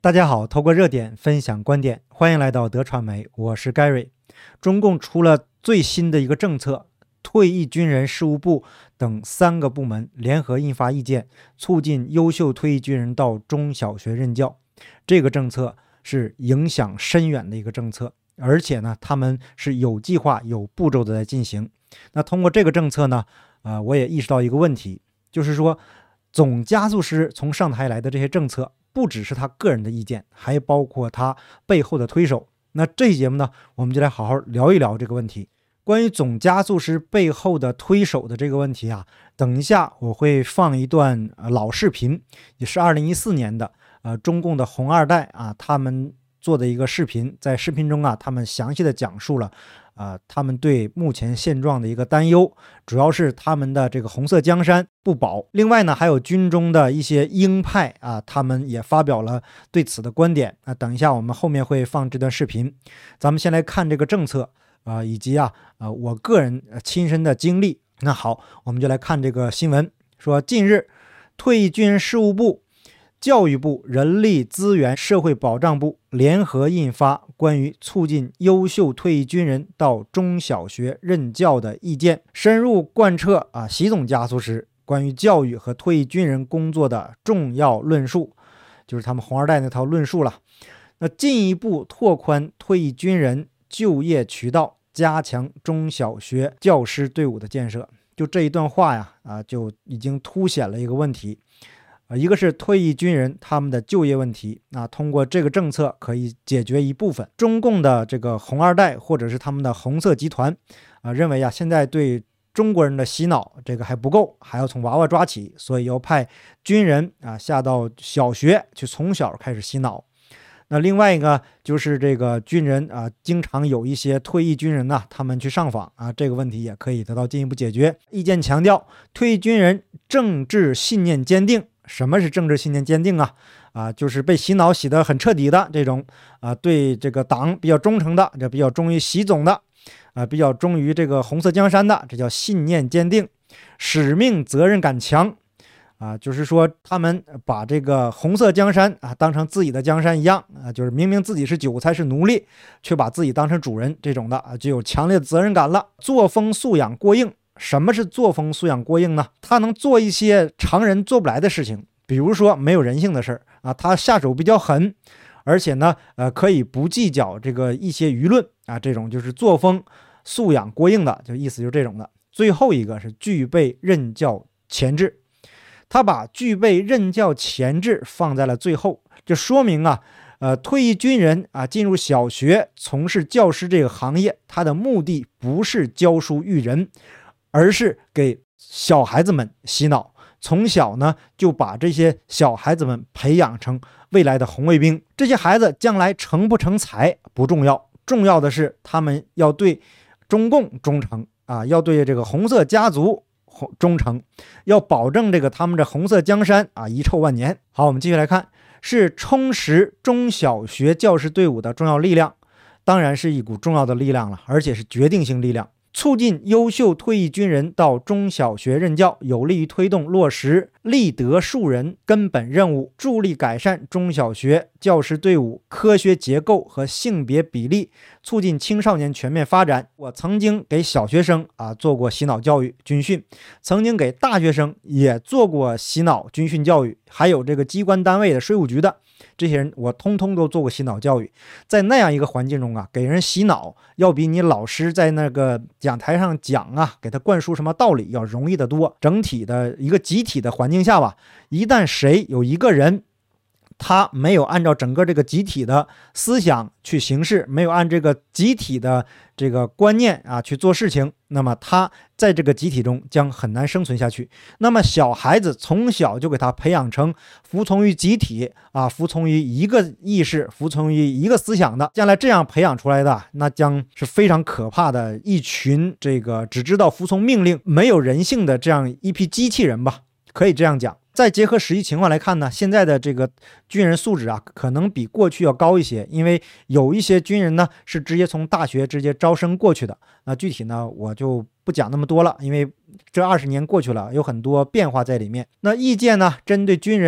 大家好，透过热点分享观点，欢迎来到德传媒，我是 Gary。中共出了最新的一个政策，退役军人事务部等3个部门联合印发意见，促进优秀退役军人到中小学任教。这个政策是影响深远的一个政策，而且呢，他们是有计划、有步骤的在进行。那通过这个政策呢，我也意识到一个问题，就是说，总加速师从上台来的这些政策，不只是他个人的意见，还包括他背后的推手。那这期节目呢，我们就来好好聊一聊这个问题。关于总加速师背后的推手的这个问题啊，等一下我会放一段老视频，也是2014年的中共的红二代啊，他们做的一个视频。在视频中啊，他们详细的讲述了他们对目前现状的一个担忧，主要是他们的这个红色江山不保。另外呢，还有军中的一些鹰派啊，他们也发表了对此的观点啊。等一下我们后面会放这段视频。咱们先来看这个政策以及我个人亲身的经历。那好，我们就来看这个新闻，说近日退役军人事务部、教育部、人力资源社会保障部联合印发关于促进优秀退役军人到中小学任教的意见，深入贯彻习总加速师关于教育和退役军人工作的重要论述，就是他们红二代那套论述了。那进一步拓宽退役军人就业渠道，加强中小学教师队伍的建设。就这一段话呀，就已经凸显了一个问题。一个是退役军人他们的就业问题，通过这个政策可以解决一部分。中共的这个红二代或者是他们的红色集团认为现在对中国人的洗脑这个还不够，还要从娃娃抓起，所以要派军人下到小学去，从小开始洗脑。那另外一个就是这个军人经常有一些退役军人他们去上访这个问题也可以得到进一步解决。意见强调，退役军人政治信念坚定。什么是政治信念坚定就是被洗脑洗得很彻底的这种对这个党比较忠诚的，这比较忠于习总的比较忠于这个红色江山的，这叫信念坚定。使命责任感强就是说他们把这个红色江山当成自己的江山一样就是明明自己是韭菜是奴隶，却把自己当成主人，这种的就有强烈的责任感了。作风素养过硬。什么是作风素养过硬呢？他能做一些常人做不来的事情，比如说没有人性的事儿他下手比较狠，而且呢可以不计较这个一些舆论这种就是作风素养过硬的，就意思就是这种的。最后一个是具备任教潜质，他把具备任教潜质放在了最后，这说明退役军人进入小学从事教师这个行业，他的目的不是教书育人，而是给小孩子们洗脑，从小呢就把这些小孩子们培养成未来的红卫兵。这些孩子将来成不成才不重要，重要的是他们要对中共忠诚要对这个红色家族忠诚，要保证这个他们的红色江山遗臭万年。好，我们继续来看，是充实中小学教师队伍的重要力量，当然是一股重要的力量了，而且是决定性力量。促进优秀退役军人到中小学任教，有利于推动落实立德树人根本任务，助力改善中小学教师队伍科学结构和性别比例，促进青少年全面发展。我曾经给小学生做过洗脑教育军训，曾经给大学生也做过洗脑军训教育，还有这个机关单位的税务局的这些人，我通通都做过洗脑教育。在那样一个环境中给人洗脑要比你老师在那个讲台上讲给他灌输什么道理要容易得多。整体的一个集体的环境下一旦谁有一个人他没有按照整个这个集体的思想去行事，没有按这个集体的这个观念去做事情，那么他在这个集体中将很难生存下去。那么小孩子从小就给他培养成服从于集体服从于一个意识，服从于一个思想的，将来这样培养出来的，那将是非常可怕的一群这个只知道服从命令没有人性的这样一批机器人吧，可以这样讲。再结合实际情况来看呢，现在的这个军人素质可能比过去要高一些，因为有一些军人呢是直接从大学直接招生过去的。那具体呢我就不讲那么多了，因为这20年过去了，有很多变化在里面。那意见呢针对军人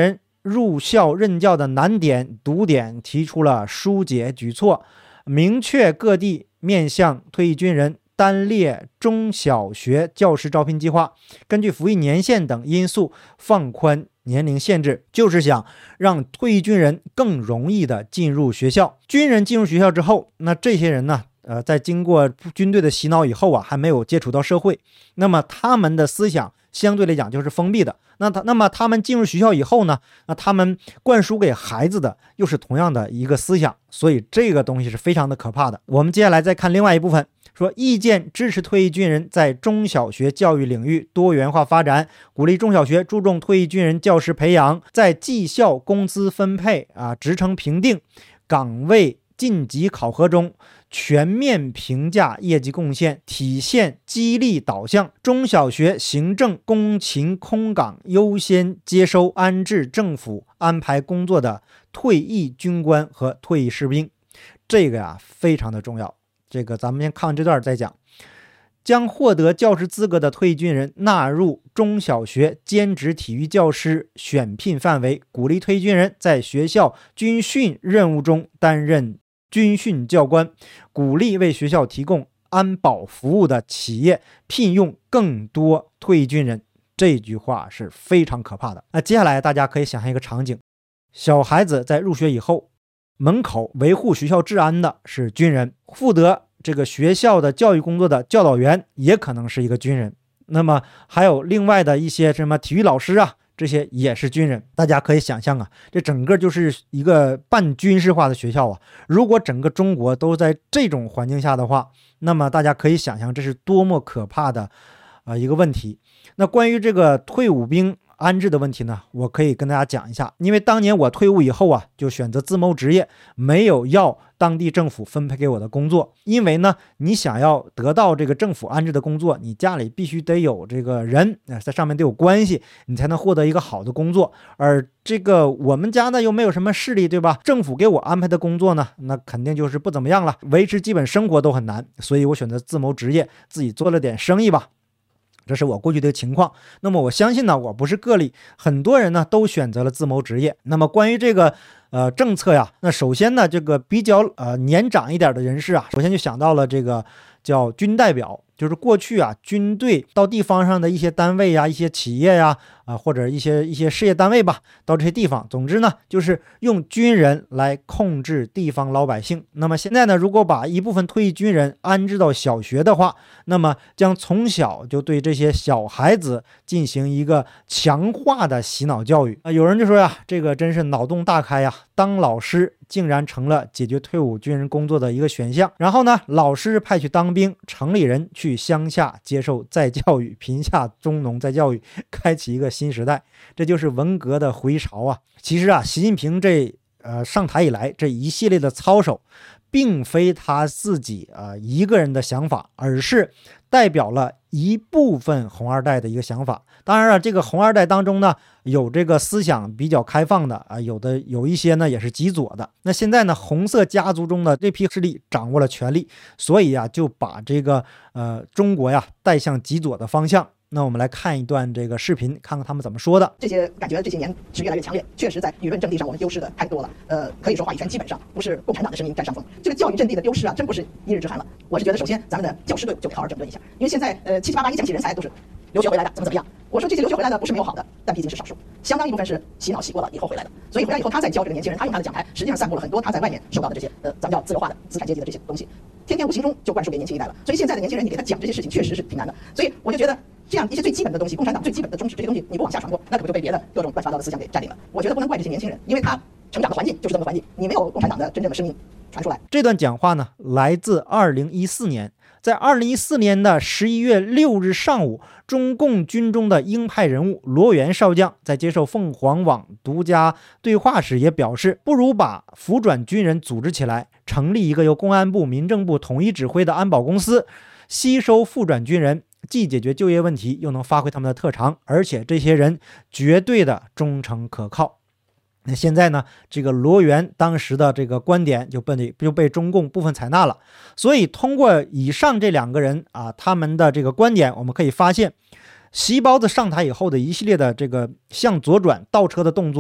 入校任教的难点、堵点提出了疏解举措，明确各地面向退役军人单列中小学教师招聘计划，根据服役年限等因素放宽年龄限制，就是想让退役军人更容易的进入学校。军人进入学校之后，那这些人呢，在经过军队的洗脑以后啊，还没有接触到社会，那么他们的思想相对来讲就是封闭的。那么他们进入学校以后呢，那他们灌输给孩子的又是同样的一个思想，所以这个东西是非常的可怕的。我们接下来再看另外一部分，说意见支持退役军人在中小学教育领域多元化发展，鼓励中小学注重退役军人教师培养，在绩效、工资分配职称评定、岗位晋级考核中全面评价业绩贡献，体现激励导向。中小学行政工勤空岗优先接收安置政府安排工作的退役军官和退役士兵，这个非常的重要。这个咱们先看完这段再讲。将获得教师资格的退役军人纳入中小学兼职体育教师选聘范围，鼓励退役军人在学校军训任务中担任军训教官，鼓励为学校提供安保服务的企业聘用更多退役军人。这句话是非常可怕的。接下来大家可以想象一个场景，小孩子在入学以后，门口维护学校治安的是军人，负责这个学校的教育工作的教导员也可能是一个军人，那么还有另外的一些什么体育老师这些也是军人。大家可以想象这整个就是一个半军事化的学校如果整个中国都在这种环境下的话，那么大家可以想象这是多么可怕的一个问题。那关于这个退伍兵安置的问题呢，我可以跟大家讲一下。因为当年我退伍以后就选择自谋职业，没有要当地政府分配给我的工作。因为呢，你想要得到这个政府安置的工作，你家里必须得有这个人在上面得有关系，你才能获得一个好的工作。而这个我们家呢又没有什么势力，对吧？政府给我安排的工作呢，那肯定就是不怎么样了，维持基本生活都很难。所以我选择自谋职业，自己做了点生意吧。这是我过去的情况。那么我相信呢，我不是个例，很多人呢都选择了自谋职业。那么关于这个政策那首先呢，这个比较年长一点的人士首先就想到了这个叫军代表，就是过去军队到地方上的一些单位一些企业或者一些事业单位吧，到这些地方，总之呢就是用军人来控制地方老百姓。那么现在呢，如果把一部分退役军人安置到小学的话，那么将从小就对这些小孩子进行一个强化的洗脑教育有人就说这个真是脑洞大开当老师竟然成了解决退伍军人工作的一个选项。然后呢，老师派去当兵，城里人去乡下接受再教育，贫下中农再教育，开启一个新时代。这就是文革的回潮其实习近平上台以来这一系列的操守，并非他自己一个人的想法，而是代表了一部分红二代的一个想法。当然了，这个红二代当中呢，有这个思想比较开放的有一些呢也是极左的。那现在呢，红色家族中的这批势力掌握了权力，所以就把这个中国带向极左的方向。那我们来看一段这个视频，看看他们怎么说的。 这些感觉这些年是越来越强烈，确实在舆论阵地上我们丢失的太多了。可以说话语权基本上不是共产党的声音占上风。这个教育阵地的丢失真不是一日之寒了。我是觉得，首先咱们的教师队就得好好整顿一下，因为现在七七八八一讲起人才都是留学回来的，怎么样？我说这些留学回来的不是没有好的，但毕竟是少数，相当一部分是洗脑洗过了以后回来的。所以回来以后，他在教这个年轻人，他用他的讲台，实际上散布了很多他在外面受到的这些咱们叫自由化的资产阶级的这些东西，天天无形中就灌输给年轻一代了。所以现在的年轻人，你给他讲这些事情，确实是挺难的。所以我就觉得，这样一些最基本的东西，共产党最基本的宗旨，这些东西你不往下传播，那可不就被别的各种乱七八糟的思想给占领了？我觉得不能怪这些年轻人，因为他成长的环境就是这么个环境，你没有共产党的真正的声音传出来。 这段讲话呢，来自2014年。在2014年的11月6日上午，中共军中的鹰派人物罗源少将在接受凤凰网独家对话时也表示，不如把辅转军人组织起来，成立一个由公安部、民政部统一指挥的安保公司，吸收辅转军人，既解决就业问题，又能发挥他们的特长，而且这些人绝对的忠诚可靠。那现在呢，这个罗源当时的这个观点就被中共部分采纳了。所以通过以上这两个人他们的这个观点，我们可以发现，习包子上台以后的一系列的这个向左转倒车的动作，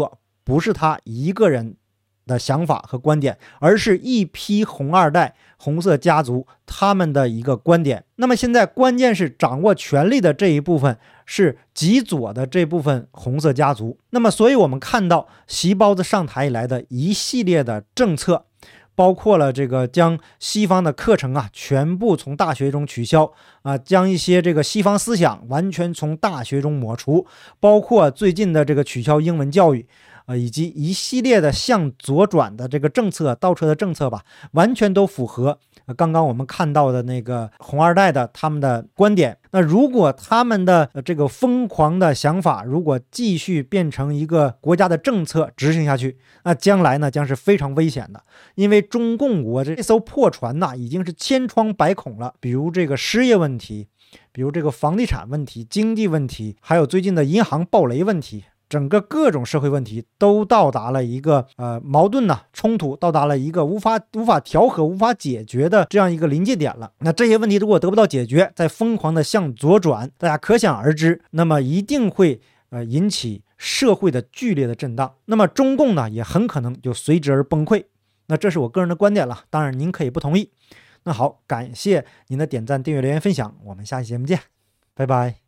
不是他一个人的想法和观点，而是一批红二代、红色家族他们的一个观点。那么现在关键是掌握权力的这一部分是极左的这部分红色家族。那么所以我们看到习包子上台以来的一系列的政策，包括了这个将西方的课程全部从大学中取消将一些这个西方思想完全从大学中抹除，包括最近的这个取消英文教育以及一系列的向左转的这个政策，倒车的政策吧，完全都符合刚刚我们看到的那个红二代的他们的观点。那如果他们的这个疯狂的想法如果继续变成一个国家的政策执行下去，那将来呢将是非常危险的。因为中共国这艘破船已经是千疮百孔了，比如这个失业问题，比如这个房地产问题、经济问题，还有最近的银行暴雷问题，整个各种社会问题都到达了一个矛盾冲突，到达了一个无法调和、无法解决的这样一个临界点了。那这些问题如果得不到解决，再疯狂的向左转，大家可想而知，那么一定会引起社会的剧烈的震荡。那么中共呢，也很可能就随之而崩溃。那这是我个人的观点了，当然您可以不同意。那好，感谢您的点赞、订阅、留言、分享，我们下期节目见，拜拜。